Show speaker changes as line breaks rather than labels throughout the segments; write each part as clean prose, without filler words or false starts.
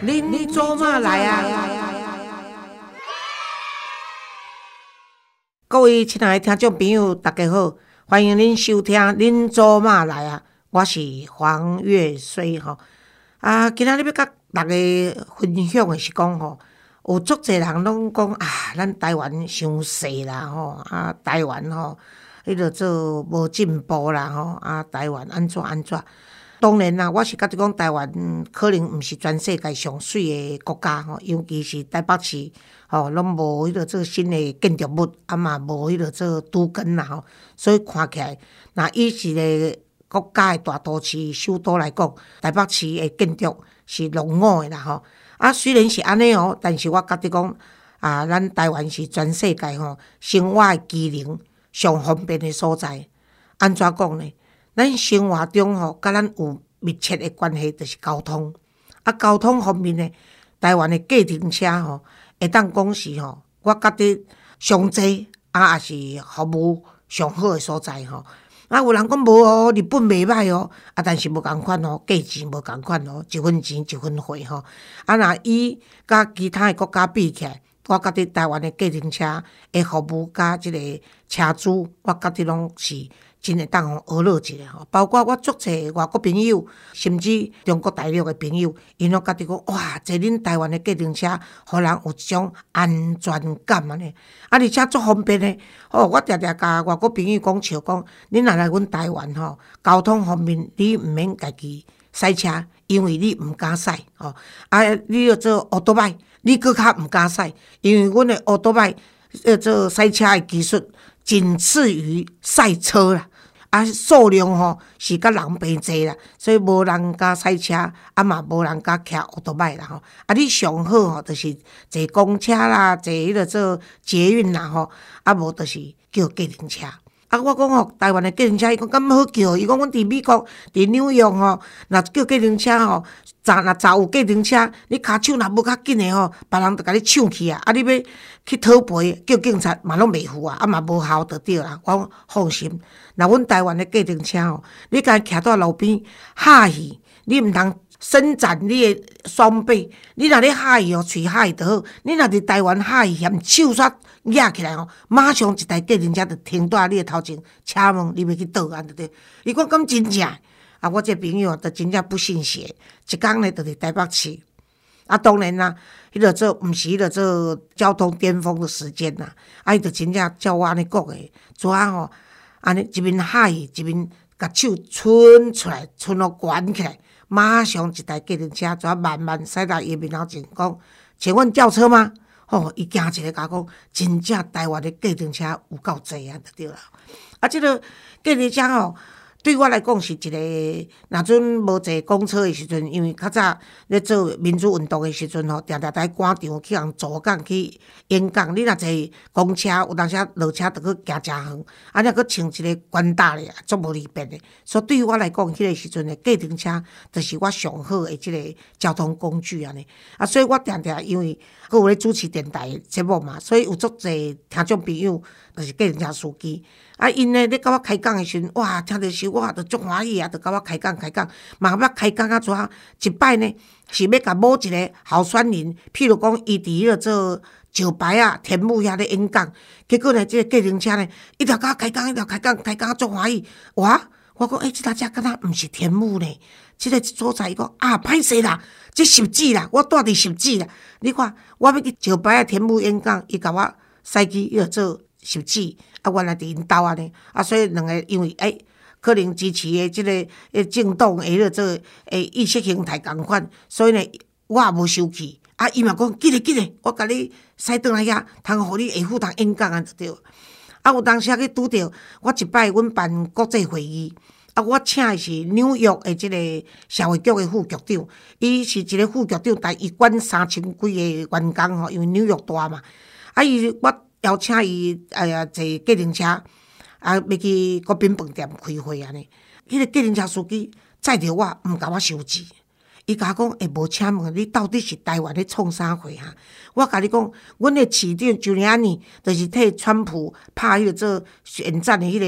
恁祖妈来啊！各位亲爱的听众朋友，大家好，欢迎恁收听《恁祖妈来啊》，我是黄月水吼。今仔日要甲大家分享的是讲吼，有足侪人拢讲咱台湾伤细啦吼，台湾吼，迄个做无进步啦吼，台湾安怎。当然啦，我是甲你讲，台湾可能毋是全世界上水的国家吼，尤其是台北市吼，拢无迄个做新的建筑物，嘛无迄个做都更啦吼，所以看起来，若以一个国家的大都市首都来讲，台北市的建筑是龙五的啦吼。虽然是安尼哦，但是我甲你讲咱台湾是全世界吼生活的机能上方便的所在。安怎讲呢？咱生活中吼，甲咱有密切的关系，就是交通。交通方面呢，台湾的计程车吼，会当讲是吼，我觉得上济也是服务上好的所在吼。有人讲无哦，日本袂歹哦，但是无共款哦，价钱无共款哦，一分钱一分货吼。若伊甲其他的国家比起来，我觉得台湾的计程车的服务甲即个车主，我觉得拢是真会当学乐一下吼。包括我足侪外国朋友，甚至中国大陆的朋友，因拢甲你讲，哇，坐恁台湾的计程车，互人有一种安全感安尼。而且足方便的。我常常甲外国朋友讲笑讲，恁若来阮台湾吼，交通方面你毋免家己驶车，因为你毋敢驶吼。你要做奥多摆，你搁较毋敢驶，因为阮的奥多摆要做驶车的技术仅次于赛车啦。数量吼是甲人平济啦，所以无人敢驶车，嘛无人敢骑奥多摆啦吼。你上好吼，就是坐公车啦，坐迄个做捷运啦吼，无就是叫计程车。我讲吼，台湾的计程车，伊讲敢好叫？伊讲阮伫美国、伫纽约吼，若叫计程车吼，若有计程车，你骹手若无较紧的吼，别人就甲你抢去啊！你要去讨赔，叫警察嘛拢袂付啊，嘛无效就对啦。我放心，若阮台湾的计程车吼，你敢徛在路边哈气，你毋通伸展你的双臂。你若咧哈气哦，喙哈气就好。你若伫台湾哈气嫌手煞举起来吼，马上一台计程车就停在你的头前，请问你要去倒安对不对？伊讲敢真正我这朋友就真正不信邪，一工呢就伫台北市。当然啦，迄个做毋是迄个做交通巅峰的时间啦，伊就真正照我安尼讲的，怎吼安尼一面哈气，一面甲手伸出来，伸到悬起来，马上一台计程车怎慢慢驶到伊面头前，讲，请问轿车吗？伊惊一个甲讲，真正台湾的计程车有够济就对啦。即个计程车吼，对我来讲是一个，若阵无坐公车的时阵，因为较早咧做民主运动的时阵吼，常常在广场去人坐港去演讲。你若坐公车，有当时落车就去行真远，若去穿一个管搭咧，足无利便的。所以对于我来讲，迄个时阵的计程车，就是我上好的即个交通工具安尼。所以我常常因为佫有咧主持电台节目嘛，所以有足侪听众朋友就是计程车司机。因呢咧甲我开讲的时阵，哇，听着时我就足欢喜啊，就甲我开讲，嘛要开讲怎？一摆呢是要甲某一个候选人，譬如讲伊伫迄个做石牌天母遐咧演讲，结果呢，即个计程车呢，一条甲我开讲足欢喜。我讲即搭车敢若毋是天母呢，即个所在伊讲歹势啦，即十指啦，我住伫十指啦。你看，我要去石牌天母演讲，伊甲我驶去迄个做十指。原来伫因兜安尼，所以两个因为可能支持的即个政党的迄个做意识形态共款，所以呢，我也无生气。伊嘛讲，记得，我甲你驶转来遐，通互你下晡通演讲就对。有当时去拄着我一摆，阮办国际会议，我请的是纽约的即个社会局的副局长，伊是一个副局长，但伊管3000几个员工吼，因为纽约大嘛。我邀请伊坐计程车，要去国宾饭店开会安尼。迄个计程车司机载着我，毋甲我收钱。伊甲我讲，无请问你到底是台湾咧创啥货哈？我甲你讲，阮的市长就安尼，就是替川普拍迄个做选战的迄个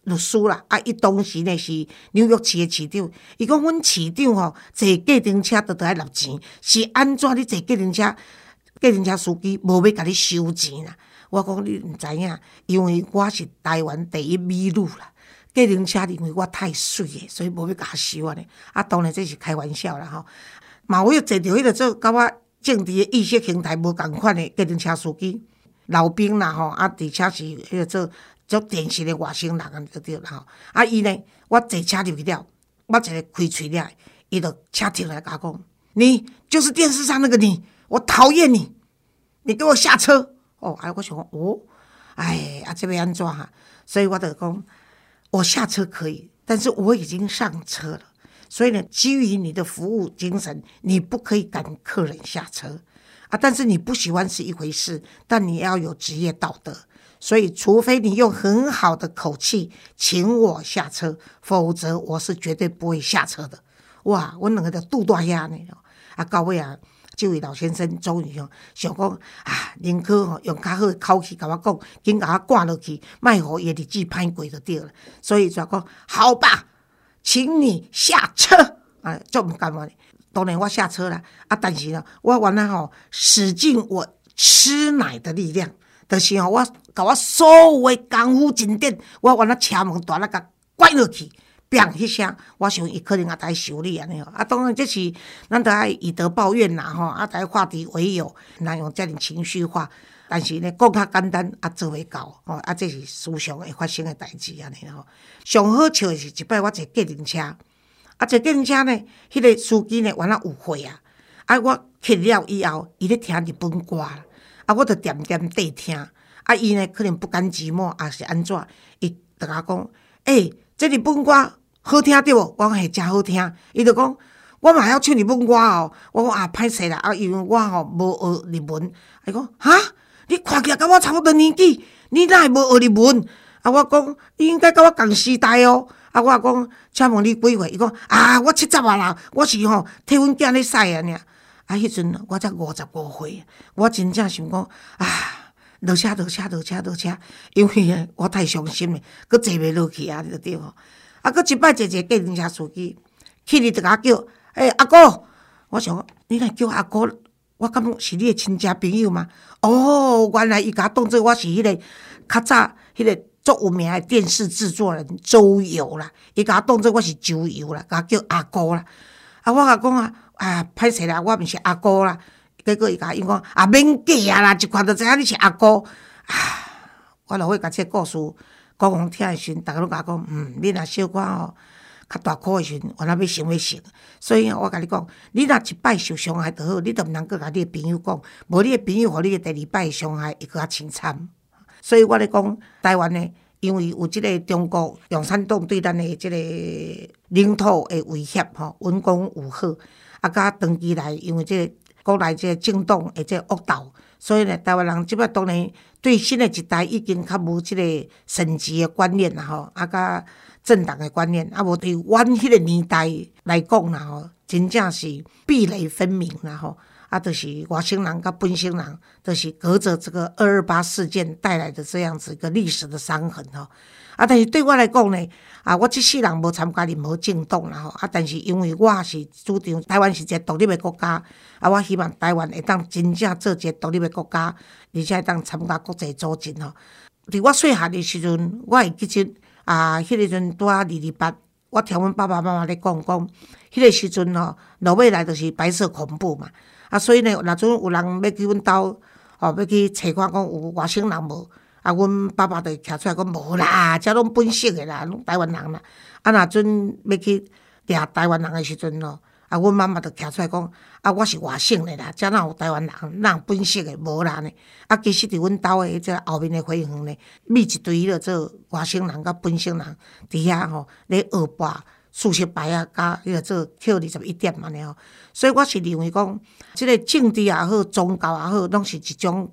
律师啦，伊当时呢是纽约市的市长。伊讲阮市长坐计程车都爱纳钱，是安怎你坐计程车司机无要甲你收钱啦？我讲你毋知影，因为我是台湾第一美女啦。计程车认为我太水诶，所以无要甲我收安尼。当然这是开玩笑啦吼。嘛有坐着迄个做甲我政治的意识形态无共款的计程车司机老兵啦吼，而且是迄个做典型的外省人安就对啦吼。伊呢，我坐车入去了，我一个开喙了，伊就车停来甲我讲：“你就是电视上那个你，我讨厌你，你给我下车。”我想讲这要安怎哈？所以我就讲。我下车可以，但是我已经上车了，所以呢，基于你的服务精神，你不可以赶客人下车但是你不喜欢是一回事，但你要有职业道德，所以除非你用很好的口气请我下车，否则我是绝对不会下车的。哇，我两个就肚大遐呢到尾这位老先生终于想讲宁可用较好的口气甲我讲，紧甲我赶落去，莫互伊的日子歹过就对了。所以就讲好吧，请你下车就唔甘愿。当然我下车了但是呢，我原来使尽我吃奶的力量，就是我甲我所有的功夫真点，我原来车门大力甲关落去。砰迄声，我想伊可能也在修理安尼当然这是咱得爱以德报怨啦得化敌为友，哪用遮尔情绪化？但是呢，讲较简单做袂到这是时常会发生的代志安尼上好笑的是一摆我坐计程车坐计程车呢，迄个司机呢原来有会我去了以后，伊咧听日本歌啦我就点点缀听伊呢可能不甘寂寞是安怎？伊就甲我讲这日本歌好听对无？我讲嘿，真好听。伊就讲我嘛要唱日本歌我讲歹势啦因为我无学日文。伊讲你看起来甲我差不多年纪，你哪会无学日文？我讲你应该甲我同时代我讲请问你几岁？伊讲我70啦，我是替阮囝咧使尔。迄阵我才55岁，我真正想讲落车，因为我太伤心了，佫坐袂落去就对佫一摆坐计程车司机，去你就甲我叫阿哥，我想你若叫阿哥，我感觉是你的亲戚朋友吗？原来伊甲我当作我是迄个较早迄个足有名的电视制作人周游啦，伊甲我当作我是周游啦，甲我叫阿哥啦。我甲讲歹势啦，我毋是阿哥啦。结果伊甲伊讲免假啦，一看就知影你是阿哥我就会甲这个故事讲听的时阵，大家都甲我讲你若小可较大颗的时阵，原来要成。所以我甲你讲，你若一摆受伤害就好，你就毋通阁甲你的朋友讲，无你的朋友互你的第二摆伤害会阁较凄惨。所以我咧讲台湾呢，因为有即个中国共产党对咱的即个领土的威胁文攻武吓甲长期来因为即个国内即个政党的即个恶斗，所以呢，台湾人即摆当然对新的一代已经较无即个升级的观念啦甲政党的观念无对阮迄个年代来讲啦真正是壁垒分明啦就是外省人跟本省人，就是隔着这个228事件带来的这样子一个历史的伤痕但是对我来讲呢我这世人无参加任何政党啦但是因为我是主张台湾是一个独立的国家我希望台湾会当真正做一个独立的国家，而且会当参加国际组织伫我细汉的时阵，我会记得迄个阵拄228，我听阮爸爸妈妈咧讲，迄个时阵落尾来就是白色恐怖嘛所以呢，若阵有人要去阮兜要去找看讲有外省人无阮爸爸就会徛出来讲无啦，遮拢本色的啦，拢台湾人啦若阵要去掠台湾人的时阵阮妈妈就徛出来讲我是外省的啦，遮哪有台湾人，哪有本色的无啦呢其实伫阮兜的这后面的花园呢，密一堆了做外省人甲本省人伫遐咧学霸数学牌甲迄个做扣21点安尼所以我是认为讲，即个政治也好，宗教也好，拢是一种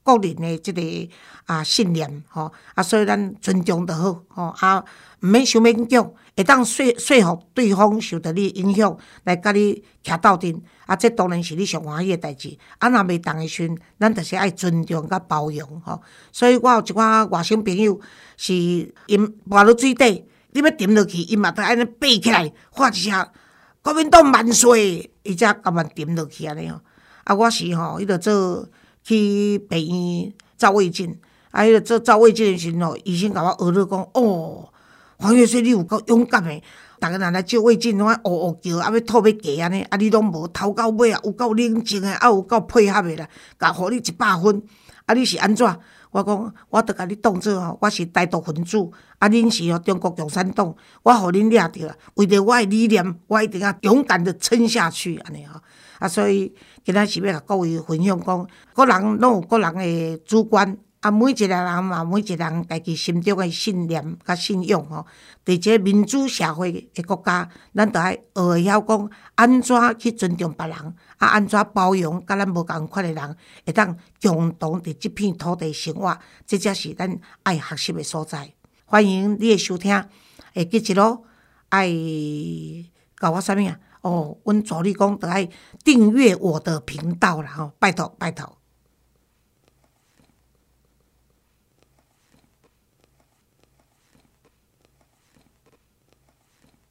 个人的即个信念吼，所以咱尊重就好吼，毋免伤勉强，会当说服对方受到你影响来甲你徛斗阵，这当然是你上欢喜的代志。若袂当的时阵，咱就是爱尊重甲包容吼。所以我有一寡外省朋友是因跋落水底，你要沉落去，伊嘛得安尼爬起来，喊一声国民党万岁，伊才甘愿沉落去安尼吼。我是吼，迄个做去病院照胃镜，迄个做照胃镜的时阵吼，医生甲我学了讲哦。黄月水，你有够勇敢的！逐个人来照胃镜，拢爱呜呜叫，要吐要加安尼，你拢无头到尾有够冷静的，有够配合的啦，甲互你100分。你是安怎？我讲，我著甲你当做吼，我是台独分子，恁是中国共产党，我互恁掠着啦。为着我的理念，我一定要勇敢的撑下去，安尼吼。所以今仔是要甲各位分享讲，个人拢有个人的主观。每一个人嘛，每一个人家己心中的信念甲信仰吼，伫一个民主社会的国家，咱著爱学会晓讲安怎去尊重别人，安怎包容甲咱无共款的人，会当共同伫即片土地生活，这才是咱爱学习的所在。欢迎你的收听，记一咯，爱甲我啥物啊？阮助理讲著爱订阅我的频道啦吼，拜托拜托。